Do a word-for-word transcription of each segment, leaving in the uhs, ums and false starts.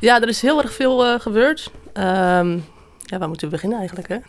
Ja, er is heel erg veel uh, gebeurd. Um, ja, waar moeten we beginnen eigenlijk, hè?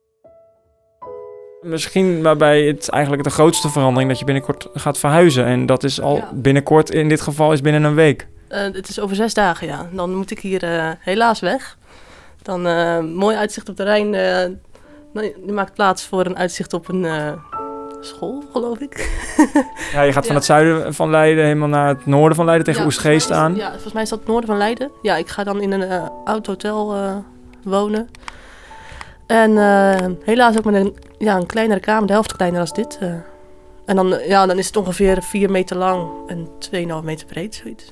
Misschien waarbij het eigenlijk de grootste verandering dat je binnenkort gaat verhuizen. En dat is al ja. binnenkort, in dit geval is binnen een week. Uh, het is over zes dagen, ja. Dan moet ik hier uh, helaas weg. Dan uh, mooi uitzicht op de Rijn. Uh, nou, je maakt plaats voor een uitzicht op een uh, school, geloof ik. Ja, je gaat van ja. het zuiden van Leiden helemaal naar het noorden van Leiden tegen ja, Oegstgeest aan. Ja, volgens mij is dat het noorden van Leiden. Ja, ik ga dan in een uh, oud hotel uh, wonen. En uh, helaas ook met een, ja, een kleinere kamer, de helft kleiner dan dit. Uh. En dan, uh, ja, dan is het ongeveer vier meter lang en twee komma vijf meter breed, zoiets.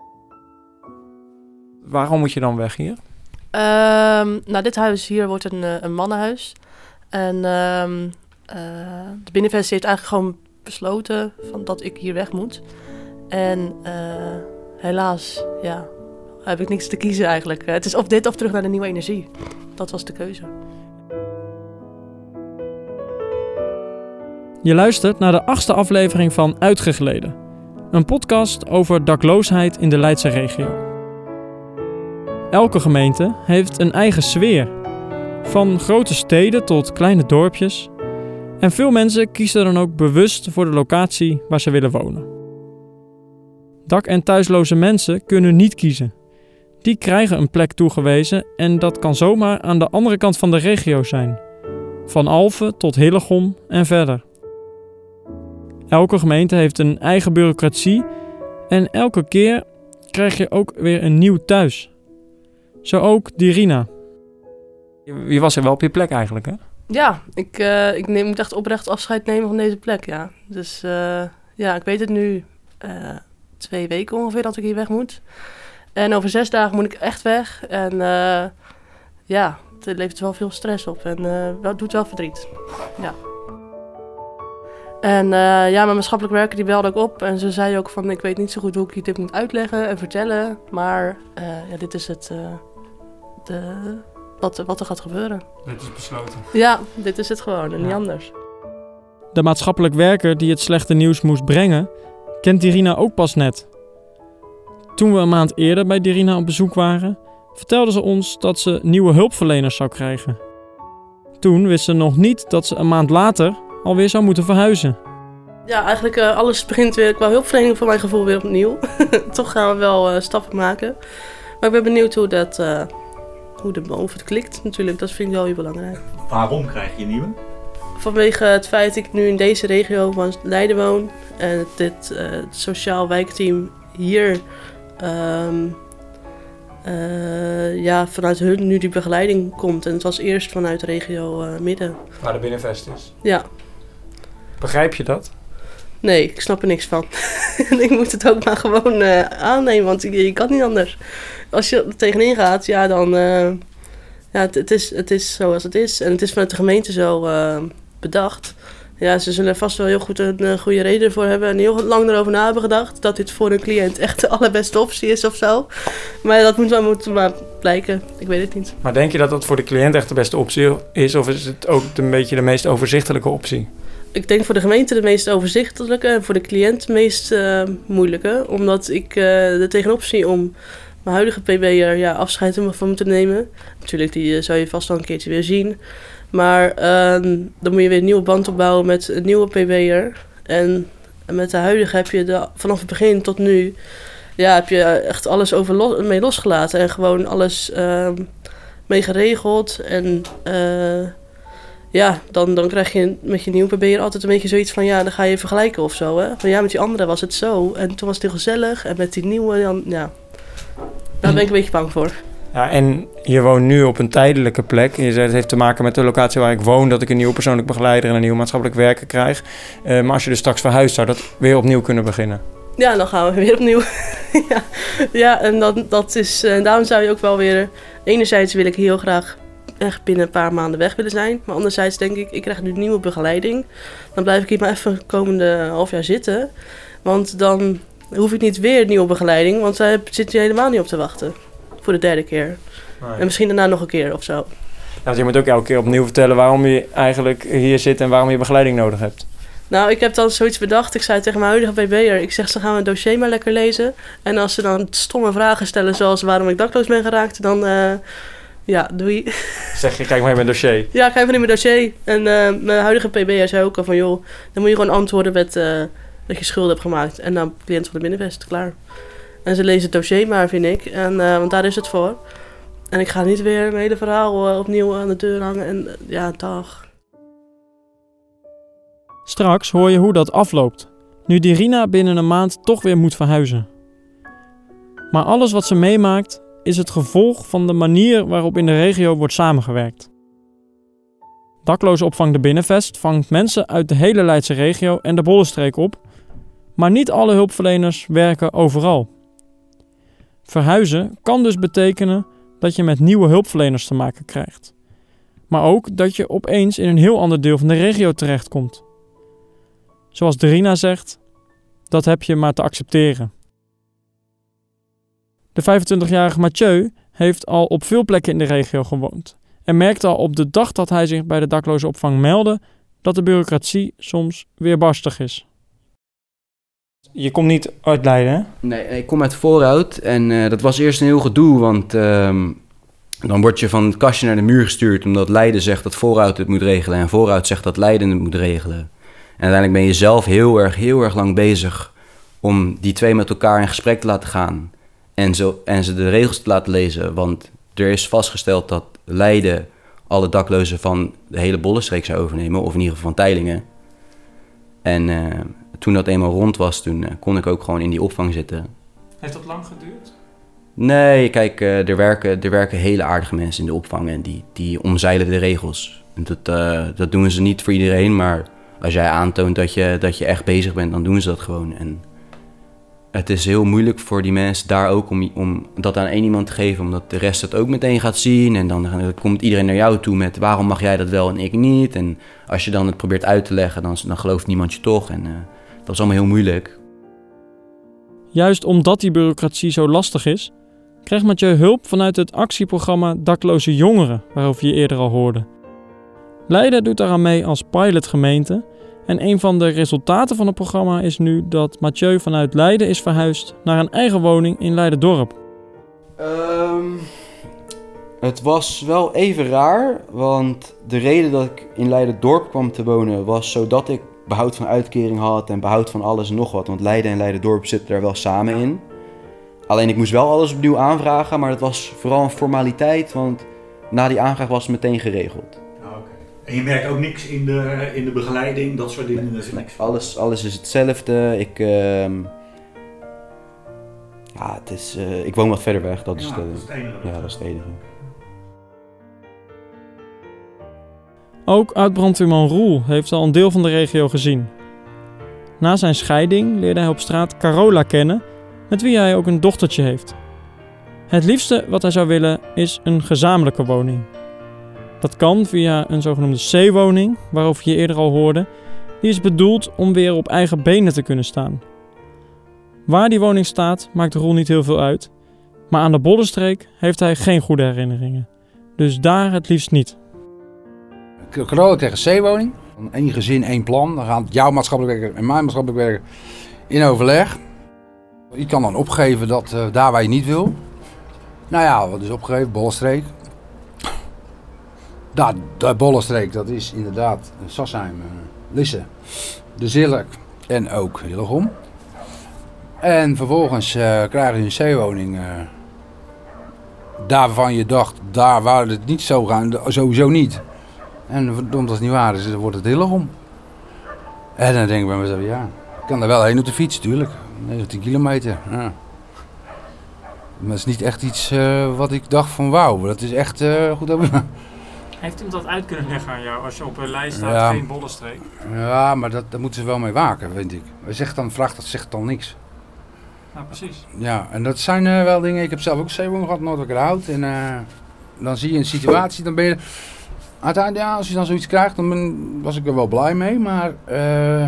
Waarom moet je dan weg hier? Uh, nou, dit huis hier wordt een, een mannenhuis. En uh, uh, de binnenvest heeft eigenlijk gewoon besloten van dat ik hier weg moet. En uh, helaas, ja, heb ik niks te kiezen eigenlijk. Het is of dit of terug naar de nieuwe energie. Dat was de keuze. Je luistert naar de achtste aflevering van Uitgegleden. Een podcast over dakloosheid in de Leidse regio. Elke gemeente heeft een eigen sfeer. Van grote steden tot kleine dorpjes. En veel mensen kiezen dan ook bewust voor de locatie waar ze willen wonen. Dak- en thuisloze mensen kunnen niet kiezen. Die krijgen een plek toegewezen en dat kan zomaar aan de andere kant van de regio zijn. Van Alphen tot Hillegom en verder. Elke gemeente heeft een eigen bureaucratie en elke keer krijg je ook weer een nieuw thuis. Zo ook Dirina. Je was er wel op je plek eigenlijk, hè? Ja, ik, uh, ik neem, moet echt oprecht afscheid nemen van deze plek, ja. Dus uh, ja, ik weet het nu uh, twee weken ongeveer dat ik hier weg moet. En over zes dagen moet ik echt weg. En uh, ja, het levert wel veel stress op en uh, dat doet wel verdriet. Ja. En uh, ja, mijn maatschappelijk werker die belde ook op en ze zei ook van ik weet niet zo goed hoe ik je dit moet uitleggen en vertellen. Maar uh, ja, dit is het, uh, de, wat, wat er gaat gebeuren. Dit is besloten. Ja, dit is het gewoon en ja. niet anders. De maatschappelijk werker die het slechte nieuws moest brengen, kent Dirina ook pas net. Toen we een maand eerder bij Dirina op bezoek waren, vertelde ze ons dat ze nieuwe hulpverleners zou krijgen. Toen wist ze nog niet dat ze een maand later alweer zou moeten verhuizen. Ja, eigenlijk uh, alles begint weer qua hulpverlening voor mijn gevoel weer opnieuw. Toch gaan we wel uh, stappen maken. Maar ik ben benieuwd hoe dat, uh, hoe de, of het klikt natuurlijk. Dat vind ik wel heel belangrijk. Waarom krijg je nieuwe? Vanwege het feit dat ik nu in deze regio van Leiden woon. En dit uh, het sociaal wijkteam hier um, uh, ja, vanuit hun nu die begeleiding komt. En het was eerst vanuit de regio uh, Midden. Waar de binnenvest is. Ja. Begrijp je dat? Nee, ik snap er niks van. Ik moet het ook maar gewoon uh, aannemen, want je, je kan niet anders. Als je er tegenin gaat, ja, dan... Uh, ja, het, het, is, het is zoals het is. En het is vanuit de gemeente zo uh, bedacht. Ja, ze zullen vast wel heel goed een uh, goede reden voor hebben. En heel lang erover na hebben gedacht. Dat dit voor een cliënt echt de allerbeste optie is of zo. Maar dat moet wel moeten maar blijken. Ik weet het niet. Maar denk je dat dat voor de cliënt echt de beste optie is? Of is het ook een beetje de meest overzichtelijke optie? Ik denk voor de gemeente de meest overzichtelijke en voor de cliënt de meest uh, moeilijke. Omdat ik uh, er tegenop zie om mijn huidige P B'er ja, afscheid van moeten nemen. Natuurlijk, die uh, zou je vast al een keertje weer zien. Maar uh, dan moet je weer een nieuwe band opbouwen met een nieuwe P B'er. En met de huidige heb je de, vanaf het begin tot nu ja, heb je echt alles over los, mee losgelaten. En gewoon alles uh, mee geregeld. En uh, ja, dan, dan krijg je met je nieuwe P B'er altijd een beetje zoiets van ja, dan ga je vergelijken of zo. Hè? Van ja, met die andere was het zo. En toen was het heel gezellig. En met die nieuwe, dan, ja, daar ben ik een beetje bang voor. Ja, en je woont nu op een tijdelijke plek. Je zei het heeft te maken met de locatie waar ik woon, dat ik een nieuwe persoonlijk begeleider en een nieuw maatschappelijk werker krijg. Uh, maar als je dus straks verhuist, zou dat weer opnieuw kunnen beginnen? Ja, dan gaan we weer opnieuw. ja. ja, en dat, dat is, uh, daarom zou je ook wel weer... Enerzijds wil ik heel graag echt binnen een paar maanden weg willen zijn. Maar anderzijds denk ik, ik krijg nu nieuwe begeleiding. Dan blijf ik hier maar even de komende half jaar zitten. Want dan hoef ik niet weer nieuwe begeleiding, want daar zit je helemaal niet op te wachten. Voor de derde keer. Nee. En misschien daarna nog een keer of zo. Ja, dus je moet ook elke keer opnieuw vertellen waarom je eigenlijk hier zit en waarom je begeleiding nodig hebt. Nou, ik heb dan zoiets bedacht. Ik zei tegen mijn huidige P B'er, ik zeg, ze gaan mijn dossier maar lekker lezen. En als ze dan stomme vragen stellen, zoals waarom ik dakloos ben geraakt, dan, uh, ja, doei. Zeg je, kijk maar in mijn dossier. Ja, kijk maar in mijn dossier. En uh, mijn huidige P B'er zei ook al van, joh, dan moet je gewoon antwoorden met uh, dat je schulden hebt gemaakt. En dan cliënt van de Binnenvest, klaar. En ze lezen het dossier maar, vind ik. En, uh, want daar is het voor. En ik ga niet weer mijn hele verhaal uh, opnieuw aan de deur hangen. En uh, ja, dag. Straks hoor je hoe dat afloopt, nu Dirina binnen een maand toch weer moet verhuizen. Maar alles wat ze meemaakt is het gevolg van de manier waarop in de regio wordt samengewerkt. Daklozenopvang De Binnenvest vangt mensen uit de hele Leidse regio en de Bollenstreek op, maar niet alle hulpverleners werken overal. Verhuizen kan dus betekenen dat je met nieuwe hulpverleners te maken krijgt. Maar ook dat je opeens in een heel ander deel van de regio terechtkomt. Zoals Dirina zegt, dat heb je maar te accepteren. De vijfentwintigjarige Mathieu heeft al op veel plekken in de regio gewoond en merkte al op de dag dat hij zich bij de daklozenopvang meldde dat de bureaucratie soms weerbarstig is. Je komt niet uit Leiden, hè? Nee, ik kom uit Voorhout en uh, dat was eerst een heel gedoe, want uh, dan word je van het kastje naar de muur gestuurd omdat Leiden zegt dat Voorhout het moet regelen en Voorhout zegt dat Leiden het moet regelen. En uiteindelijk ben je zelf heel erg, heel erg lang bezig om die twee met elkaar in gesprek te laten gaan en, zo, en ze de regels te laten lezen, want er is vastgesteld dat Leiden alle daklozen van de hele Bollenstreek zou overnemen, of in ieder geval van Teylingen. En uh, toen dat eenmaal rond was, toen uh, kon ik ook gewoon in die opvang zitten. Heeft dat lang geduurd? Nee, kijk, uh, er, werken, er werken hele aardige mensen in de opvang en die, die omzeilen de regels. Dat, uh, dat doen ze niet voor iedereen, maar als jij aantoont dat je, dat je echt bezig bent, dan doen ze dat gewoon. En het is heel moeilijk voor die mensen daar ook om, om dat aan één iemand te geven, omdat de rest het ook meteen gaat zien. En dan, dan komt iedereen naar jou toe met waarom mag jij dat wel en ik niet. En als je dan het probeert uit te leggen, dan, dan gelooft niemand je toch. En uh, dat is allemaal heel moeilijk. Juist omdat die bureaucratie zo lastig is, krijgt Mathieu hulp vanuit het actieprogramma Dakloze Jongeren, waarover je eerder al hoorde. Leiden doet daaraan mee als pilotgemeente. En een van de resultaten van het programma is nu dat Mathieu vanuit Leiden is verhuisd naar een eigen woning in Leiden-dorp. Um, het was wel even raar, want de reden dat ik in Leiden-dorp kwam te wonen was zodat ik behoud van uitkering had en behoud van alles en nog wat. Want Leiden en Leiden-dorp zitten daar wel samen in. Alleen ik moest wel alles opnieuw aanvragen, maar dat was vooral een formaliteit, want na die aanvraag was het meteen geregeld. En je merkt ook niks in de, in de begeleiding, dat soort dingen? Nee, nee, alles, alles is hetzelfde. Ik, uh, ja, het is, uh, ik woon wat verder weg, dat is, ja, de, dat is het enige. Ja, dat is het enige. Ook oud-brandweerman Roel heeft al een deel van de regio gezien. Na zijn scheiding leerde hij op straat Carola kennen, met wie hij ook een dochtertje heeft. Het liefste wat hij zou willen is een gezamenlijke woning. Dat kan via een zogenoemde C-woning, waarover je eerder al hoorde. Die is bedoeld om weer op eigen benen te kunnen staan. Waar die woning staat, maakt Roel niet heel veel uit. Maar aan de Bollenstreek heeft hij geen goede herinneringen. Dus daar het liefst niet. Carola kreeg een C-woning. Eén gezin, één plan. Dan gaan jouw maatschappelijk werker en mijn maatschappelijk werker in overleg. Je kan dan opgeven dat uh, daar waar je niet wil. Nou ja, wat is opgegeven? Bollenstreek. Daar, de Bollenstreek, dat is inderdaad Sassheim, uh, Lisse, de Zilk en ook Hillegom. En vervolgens uh, krijg je een C-woning. Uh, daar waarvan je dacht, daar waar het niet zo gaan, sowieso niet. En omdat het niet waar is, dan wordt het Hillegom. En dan denk ik bij mezelf, ja, ik kan er wel heen op de fiets, natuurlijk. negentien kilometer, ja. Maar het is niet echt iets uh, wat ik dacht van wauw, dat is echt uh, goed over. Heeft hem dat uit kunnen leggen aan jou als je op een lijst staat, ja, geen Bollenstreek? Ja, maar dat, daar moeten ze wel mee waken, vind ik. Hij zegt dan, vraagt dat zegt dan niks. Ja, precies. Ja, en dat zijn uh, wel dingen, ik heb zelf ook zeewoning gehad, Noordwijkerhout. En uh, dan zie je een situatie, dan ben je... Uiteindelijk, ja, als je dan zoiets krijgt, dan ben, was ik er wel blij mee, maar... Uh,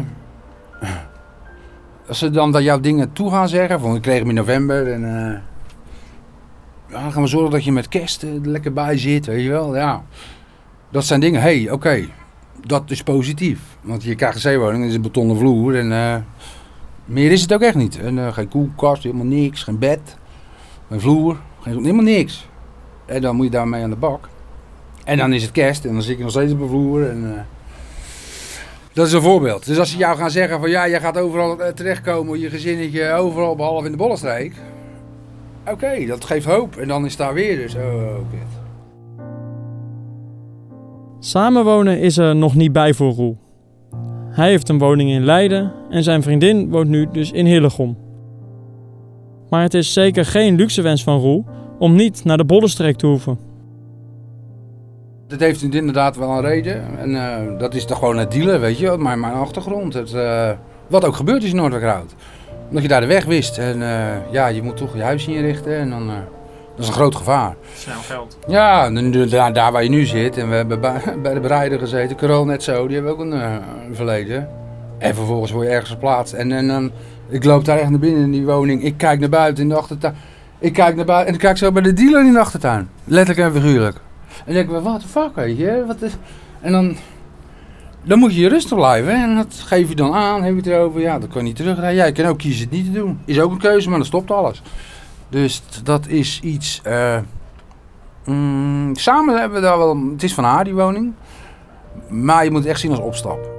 als ze dan dat jouw dingen toe gaan zeggen, van ik kreeg hem in november en... Uh, ja, dan gaan we zorgen dat je met kerst uh, er lekker bij zit, weet je wel, ja. Dat zijn dingen, hé, hey, oké, okay, dat is positief. Want je krijgt een C-woning, dat is een betonnen vloer en uh, meer is het ook echt niet. En, uh, geen koelkast, helemaal niks, geen bed, geen vloer, geen, helemaal niks. En dan moet je daarmee aan de bak. En dan is het kerst en dan zit je nog steeds op de vloer. En, uh, dat is een voorbeeld. Dus als ze jou gaan zeggen van ja, jij gaat overal terechtkomen, je gezinnetje overal behalve in de Bollenstreek. Oké, okay, dat geeft hoop. En dan is daar weer dus, oh, kut. Samenwonen is er nog niet bij voor Roel. Hij heeft een woning in Leiden en zijn vriendin woont nu dus in Hillegom. Maar het is zeker geen luxewens van Roel om niet naar de Bollenstreek te hoeven. Dat heeft inderdaad wel een reden. En uh, dat is toch gewoon het dealen, weet je, mijn, mijn achtergrond. Het, uh, wat ook gebeurd is in Noordwijkerhout. Omdat je daar de weg wist. En uh, ja, je moet toch je huis inrichten en dan... Uh, dat is een groot gevaar. Snel geld. Ja, daar, daar waar je nu zit. En we hebben bij, bij de bereider gezeten. Corol net zo, die hebben ook een, uh, een verleden. En vervolgens word je ergens geplaatst. En, en dan, ik loop daar echt naar binnen in die woning. Ik kijk naar buiten in de achtertuin. Ik kijk naar buiten en ik kijk zo bij de dealer in de achtertuin. Letterlijk en figuurlijk. En dan denk ik, what the fuck, weet je. Wat is... En dan, dan moet je je rustig blijven. Hè? En dat geef je dan aan, heb je het erover. Ja, dat kan je niet terugrijden. Ja, je kan ook kiezen het niet te doen. Is ook een keuze, maar dan stopt alles. Dus dat is iets... Uh, mm, samen hebben we daar wel... Het is van haar, die woning. Maar je moet het echt zien als opstap.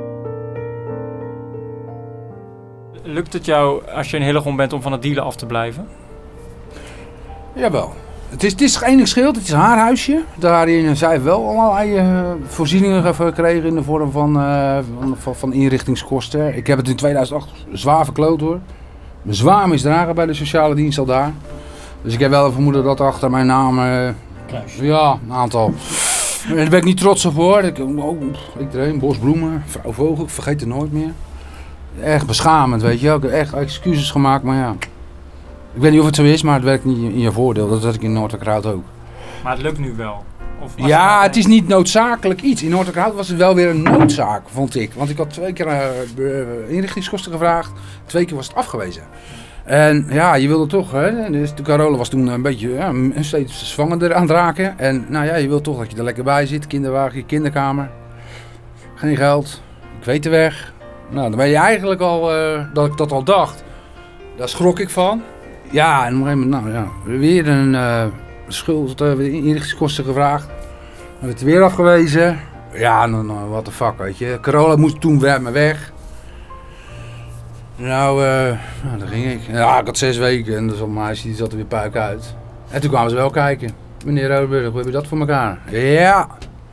Lukt het jou, als je in Hillegom bent, om van het dealen af te blijven? Jawel. Het is, het is enig schild, het is haar huisje. Daarin zij heeft wel allerlei uh, voorzieningen gekregen in de vorm van, uh, van, van inrichtingskosten. Ik heb het in tweeduizend acht zwaar verkloot hoor. Zwaar misdragen bij de sociale dienst al daar. Dus ik heb wel een vermoeden dat achter mijn naam... Uh, ja, een aantal. Daar ben ik niet trots op hoor. Ik, oh, ik erin, bosbloemen, vrouw Vogel, ik vergeet het nooit meer. Echt beschamend, weet je. Ik heb echt excuses gemaakt, maar ja. Ik weet niet of het zo is, maar het werkt niet in je voordeel. Dat had ik in Noordwijkerhout ook. Maar het lukt nu wel? Of ja, het is niet noodzakelijk iets. In Noordwijkerhout was het wel weer een noodzaak, vond ik. Want ik had twee keer uh, inrichtingskosten gevraagd. Twee keer was het afgewezen. En ja, je wilde toch, hè. Dus de Carola was toen een beetje ja, steeds zwanger aan het raken. En nou ja, je wil toch dat je er lekker bij zit. Kinderwagen, kinderkamer. Geen geld. Ik weet de weg. Nou, dan ben je eigenlijk al, uh, dat ik dat al dacht. Daar schrok ik van. Ja, en op een gegeven moment, nou ja, weer een uh, schuld, uh, inrichtingskosten gevraagd. Dan werd het weer afgewezen. Ja, dan, uh, what the fuck, weet je. Carola moest toen weer me weg. Nou, uh, nou, daar ging ik. Ja, ik had zes weken en dus op mijn meisje die zat er weer puik uit. En toen kwamen ze wel kijken. Meneer Rodenburg, hoe heb je dat voor elkaar? Ja.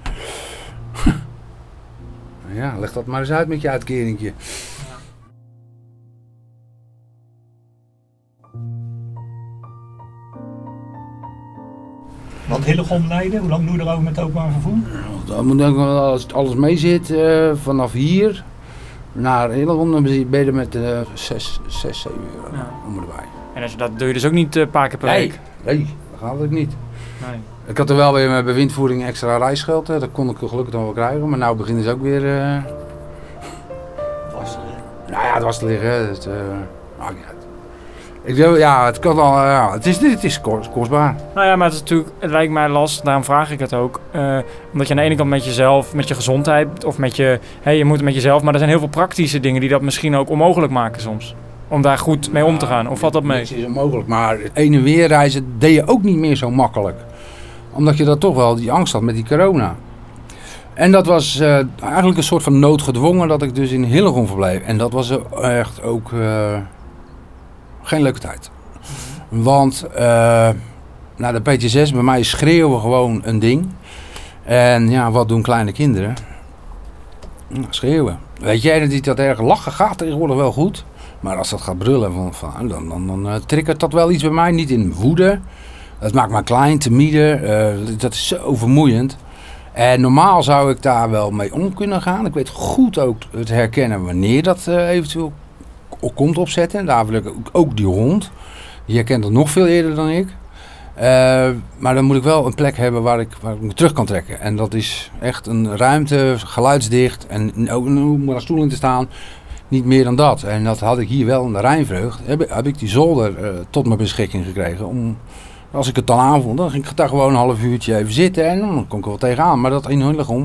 Ja, leg dat maar eens uit met je uitkeringje. Want Hillegom Leiden, hoe lang doe je erover met openbaar vervoer? Dan moet ik wel, als alles mee zit, uh, vanaf hier naar Hillegom, dan ben je er met uh, zes, zeven euro ja. om erbij. En als, dat doe je dus ook niet een uh, paar keer per nee, week? Nee, dat gaat ook niet. Nee. Ik had er wel weer met bewindvoering extra reisgeld, hè. Dat kon ik gelukkig dan wel krijgen, maar nu beginnen ze ook weer... Uh... Was te liggen. Nou ja, het was te liggen, dus, uh... maakt niet uit. Ik denk, ja, het kan al, ja, het is, het is kostbaar. Nou ja, maar het is natuurlijk, het lijkt mij lastig, daarom vraag ik het ook. Uh, omdat je aan de ene kant met jezelf, met je gezondheid of met je, hey, je moet met jezelf, maar er zijn heel veel praktische dingen die dat misschien ook onmogelijk maken soms. Om daar goed mee om te gaan, of valt dat mee? Het is onmogelijk, maar het heen en weer reizen deed je ook niet meer zo makkelijk. Omdat je dat toch wel die angst had met die corona. En dat was uh, eigenlijk een soort van noodgedwongen dat ik dus in Hillegom verbleef. En dat was echt ook... Uh, Geen leuke tijd. Want uh, nou, de P T zes, bij mij schreeuwen gewoon een ding. En ja, wat doen kleine kinderen? Nou, schreeuwen. Weet jij dat dat erg lachen gaat tegenwoordig wel goed. Maar als dat gaat brullen, van, van, dan, dan, dan uh, triggert dat wel iets bij mij. Niet in woede. Dat maakt mij klein, timide. Uh, dat is zo vermoeiend. En normaal zou ik daar wel mee om kunnen gaan. Ik weet goed ook het herkennen wanneer dat uh, eventueel komt opzetten. Daar wil ik ook, ook die hond. Die herkent dat nog veel eerder dan ik. Uh, maar dan moet ik wel een plek hebben waar ik, waar ik me terug kan trekken. En dat is echt een ruimte, geluidsdicht. En ook om er een stoel in te staan. Niet meer dan dat. En dat had ik hier wel in de Rijnvreugd. Heb, heb ik die zolder uh, tot mijn beschikking gekregen. Om, als ik het dan aanvond, dan ging ik daar gewoon een half uurtje even zitten. En dan kon ik er wel tegenaan. Maar dat in Hillegom,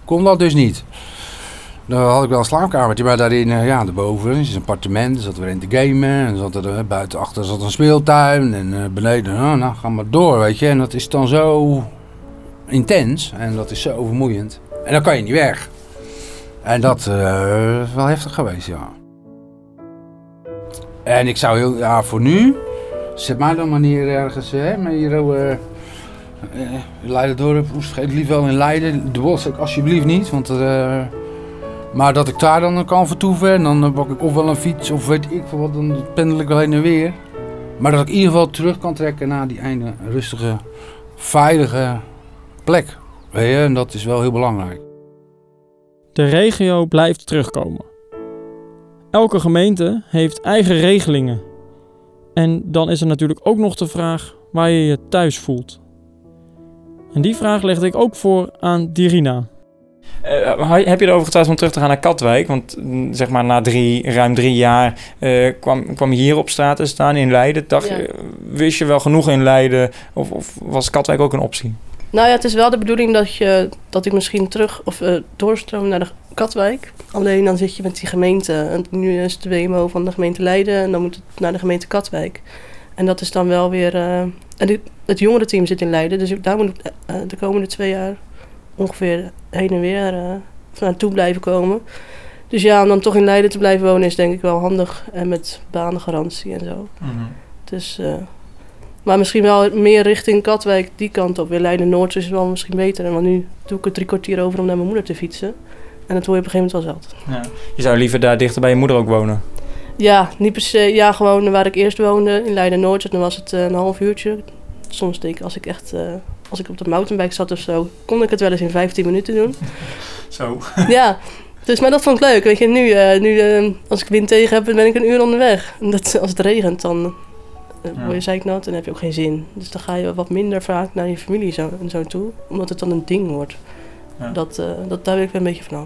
kon dat dus niet. Dan had ik wel een slaapkamertje, maar daarin, uh, ja, daarboven is een appartement. Er zat weer in te gamen en zat er, uh, buiten achter zat een speeltuin en uh, beneden, uh, nou, ga maar door, weet je. En dat is dan zo intens en dat is zo vermoeiend. En dan kan je niet weg. En dat uh, is wel heftig geweest, ja. En ik zou heel, ja, voor nu, zet mij dan maar neer ergens, hè, met hier, uh, uh, Leiden-dorp, vergeet lief wel in Leiden. De Bosch ook alsjeblieft niet, want... Uh, maar dat ik daar dan kan vertoeven en dan pak ik of wel een fiets of weet ik veel wat, dan pendel ik wel heen en weer. Maar dat ik in ieder geval terug kan trekken naar die ene rustige, veilige plek. Weet je, en dat is wel heel belangrijk. De regio blijft terugkomen. Elke gemeente heeft eigen regelingen. En dan is er natuurlijk ook nog de vraag waar je je thuis voelt. En die vraag legde ik ook voor aan Dirina. Uh, heb je erover getwijfeld om terug te gaan naar Katwijk? Want mm, zeg maar na drie, ruim drie jaar uh, kwam, kwam je hier op straat te staan in Leiden. Dacht, ja. je, wist je wel genoeg in Leiden of, of was Katwijk ook een optie? Nou ja, het is wel de bedoeling dat, je, dat ik misschien terug of uh, doorstroom naar de Katwijk. Alleen dan zit je met die gemeente. En nu is het de W M O van de gemeente Leiden en dan moet het naar de gemeente Katwijk. En dat is dan wel weer... Uh, en dit, het jongerenteam zit in Leiden, dus daar moet ik uh, de komende twee jaar ongeveer heen en weer uh, naartoe blijven komen. Dus ja, om dan toch in Leiden te blijven wonen is denk ik wel handig. En met banengarantie en zo. Mm-hmm. Dus, uh, maar misschien wel meer richting Katwijk, die kant op. Weer Leiden-Noord is wel misschien beter. Want nu doe ik er drie kwartier over om naar mijn moeder te fietsen. En dat hoor je op een gegeven moment wel zat. Ja. Je zou liever daar dichter bij je moeder ook wonen? Ja, niet per se. Ja, gewoon waar ik eerst woonde, in Leiden-Noord. Dus dan was het uh, een half uurtje. Soms denk ik, als ik echt... Uh, Als ik op de mountainbike zat of zo, kon ik het wel eens in vijftien minuten doen. Zo. Ja, dus, maar dat vond ik leuk. Weet je, nu, uh, nu uh, als ik wind tegen heb, ben ik een uur onderweg. En dat, als het regent, dan uh, ja. word je zeiknat en dan heb je ook geen zin. Dus dan ga je wat minder vaak naar je familie zo, en zo toe, omdat het dan een ding wordt. Ja. Dat, uh, dat, daar wil ik wel een beetje vanaf.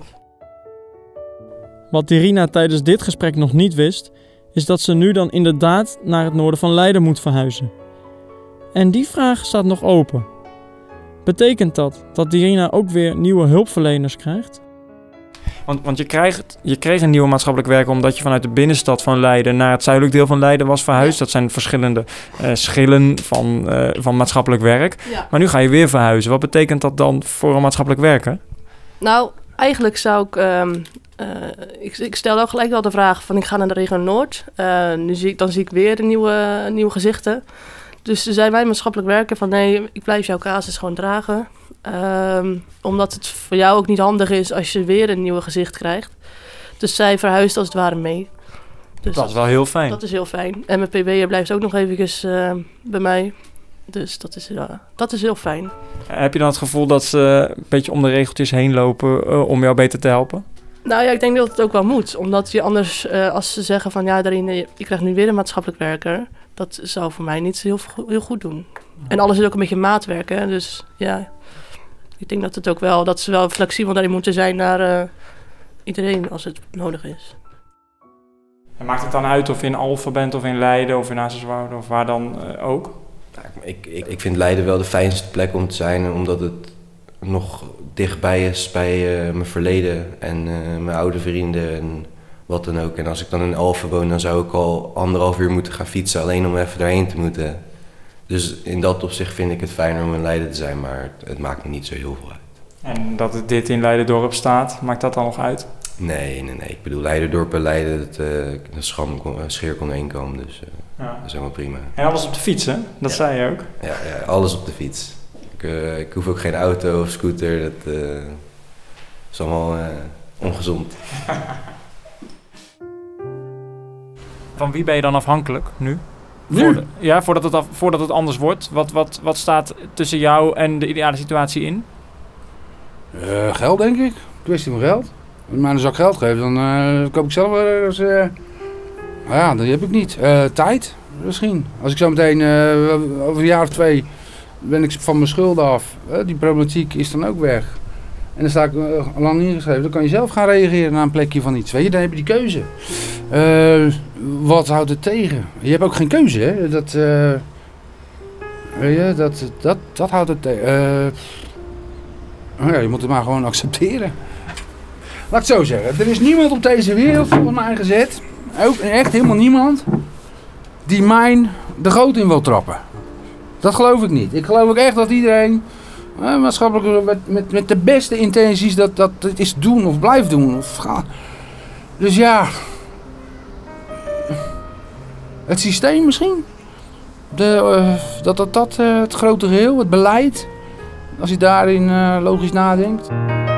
Wat Dirina tijdens dit gesprek nog niet wist, is dat ze nu dan inderdaad naar het noorden van Leiden moet verhuizen. En die vraag staat nog open. Betekent dat dat Dirina ook weer nieuwe hulpverleners krijgt? Want, want je, krijgt, je kreeg een nieuwe maatschappelijk werker omdat je vanuit de binnenstad van Leiden naar het zuidelijk deel van Leiden was verhuisd. Ja. Dat zijn verschillende uh, schillen van, uh, van maatschappelijk werk. Ja. Maar nu ga je weer verhuizen. Wat betekent dat dan voor een maatschappelijk werker? Nou, eigenlijk zou ik... Um, uh, ik, ik stel ook gelijk wel de vraag van ik ga naar de regio Noord. Uh, nu zie ik, dan zie ik weer nieuwe, nieuwe gezichten. Dus ze zei wij maatschappelijk werken van nee, ik blijf jouw casus gewoon dragen. Um, omdat het voor jou ook niet handig is als je weer een nieuwe gezicht krijgt. Dus zij verhuist als het ware mee. Dus dat is wel heel fijn. Dat is heel fijn. En mijn P B'er blijft ook nog even uh, bij mij. Dus dat is, uh, dat is heel fijn. Heb je dan het gevoel dat ze een beetje om de regeltjes heen lopen uh, om jou beter te helpen? Nou ja, ik denk dat het ook wel moet. Omdat je anders, uh, als ze zeggen van ja, daarin, je krijgt nu weer een maatschappelijk werker. Dat zou voor mij niet heel, heel goed doen. En alles is ook een beetje maatwerk, hè. Dus ja, ik denk dat het ook wel, dat ze wel flexibel daarin moeten zijn naar uh, iedereen als het nodig is. En maakt het dan uit of je in Alphen bent of in Leiden of in Azerswoude of waar dan uh, ook? Nou, ik, ik, ik vind Leiden wel de fijnste plek om te zijn, omdat het nog dichtbij is bij uh, mijn verleden en uh, mijn oude vrienden en wat dan ook. En als ik dan in Alphen woon, dan zou ik al anderhalf uur moeten gaan fietsen, alleen om even daarheen te moeten. Dus in dat opzicht vind ik het fijner om in Leiden te zijn, maar het, het maakt me niet zo heel veel uit. En dat het dit in Leiden-dorp staat, maakt dat dan nog uit? Nee, nee, nee. Ik bedoel, Leiden-dorp en Leiden, dat, uh, dat scham, scheer kon heen komen, dus uh, ja. Dat is helemaal prima. En alles op de fiets, hè? Dat ja. zei je ook? Ja, ja, alles op de fiets. Ik, uh, ik hoef ook geen auto of scooter, dat uh, is allemaal uh, ongezond. Van wie ben je dan afhankelijk nu? Nu? Voordat, ja, voordat het, af, voordat het anders wordt. Wat, wat, wat staat tussen jou en de ideale situatie in? Uh, geld, denk ik. Kwestie van geld. Als je mij een zak geld geeft, dan uh, koop ik zelf wel eens... Uh, nou ja, dat heb ik niet. Uh, tijd, misschien. Als ik zo meteen uh, over een jaar of twee ben ik van mijn schulden af. Uh, die problematiek is dan ook weg. En dan sta ik uh, al lang ingeschreven. Dan kan je zelf gaan reageren naar een plekje van iets. Weet je, dan heb je die keuze. Uh, wat houdt het tegen? Je hebt ook geen keuze, hè. Dat, uh, weet je, dat, dat, dat houdt het tegen. Uh, Ja, je moet het maar gewoon accepteren. Laat ik het zo zeggen. Er is niemand op deze wereld volgens mij gezet, ook echt helemaal niemand, die mijn de goot in wil trappen. Dat geloof ik niet. Ik geloof ook echt dat iedereen eh, maatschappelijk met, met, met de beste intenties dat, dat het is doen of blijft doen. Of ga. Dus ja, het systeem misschien. De, uh, dat dat, dat uh, het grote geheel, het beleid. Als je daarin uh, logisch nadenkt.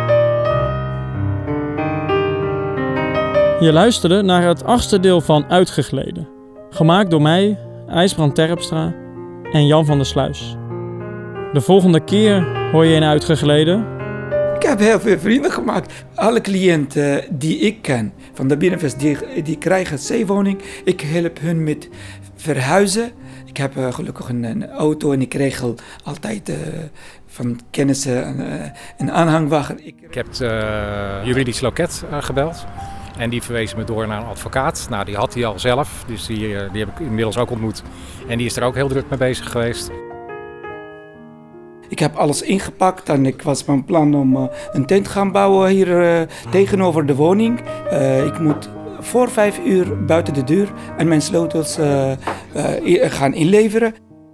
Je luisterde naar het achtste deel van Uitgegleden. Gemaakt door mij, IJsbrand Terpstra en Jan van der Sluis. De volgende keer hoor je in Uitgegleden. Ik heb heel veel vrienden gemaakt. Alle cliënten die ik ken van de Binnenvest, die, die krijgen zeewoning. Ik help hun met verhuizen. Ik heb uh, gelukkig een, een auto en ik regel altijd uh, van kennissen een, uh, een aanhangwagen. Ik, ik heb het uh, juridisch loket uh, gebeld. En die verwees me door naar een advocaat. Nou, die had hij al zelf, dus die, uh, die heb ik inmiddels ook ontmoet. En die is er ook heel druk mee bezig geweest. Ik heb alles ingepakt en ik was van plan om uh, een tent te gaan bouwen hier uh, tegenover de woning. Uh, ik moet voor vijf uur buiten de deur en mijn sleutels uh, uh, gaan inleveren.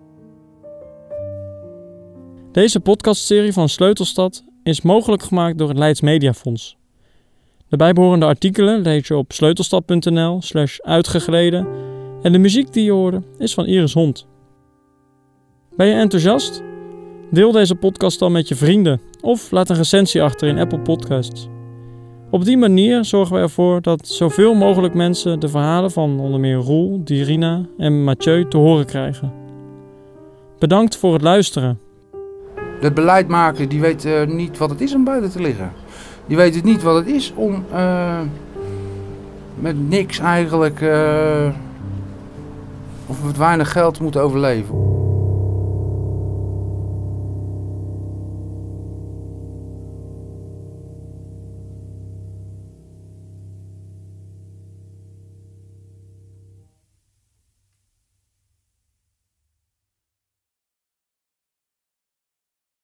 Deze podcastserie van Sleutelstad is mogelijk gemaakt door het Leids Mediafonds. De bijbehorende artikelen lees je op sleutelstad.nl slash uitgegleden en de muziek die je hoorde is van Iris Hond. Ben je enthousiast? Deel deze podcast dan met je vrienden of laat een recensie achter in Apple Podcasts. Op die manier zorgen we ervoor dat zoveel mogelijk mensen de verhalen van onder meer Roel, Dirina en Mathieu te horen krijgen. Bedankt voor het luisteren. Het beleidmaker die weet uh, niet wat het is om buiten te liggen. Die weet het niet wat het is om uh, met niks eigenlijk uh, of met weinig geld te moeten overleven.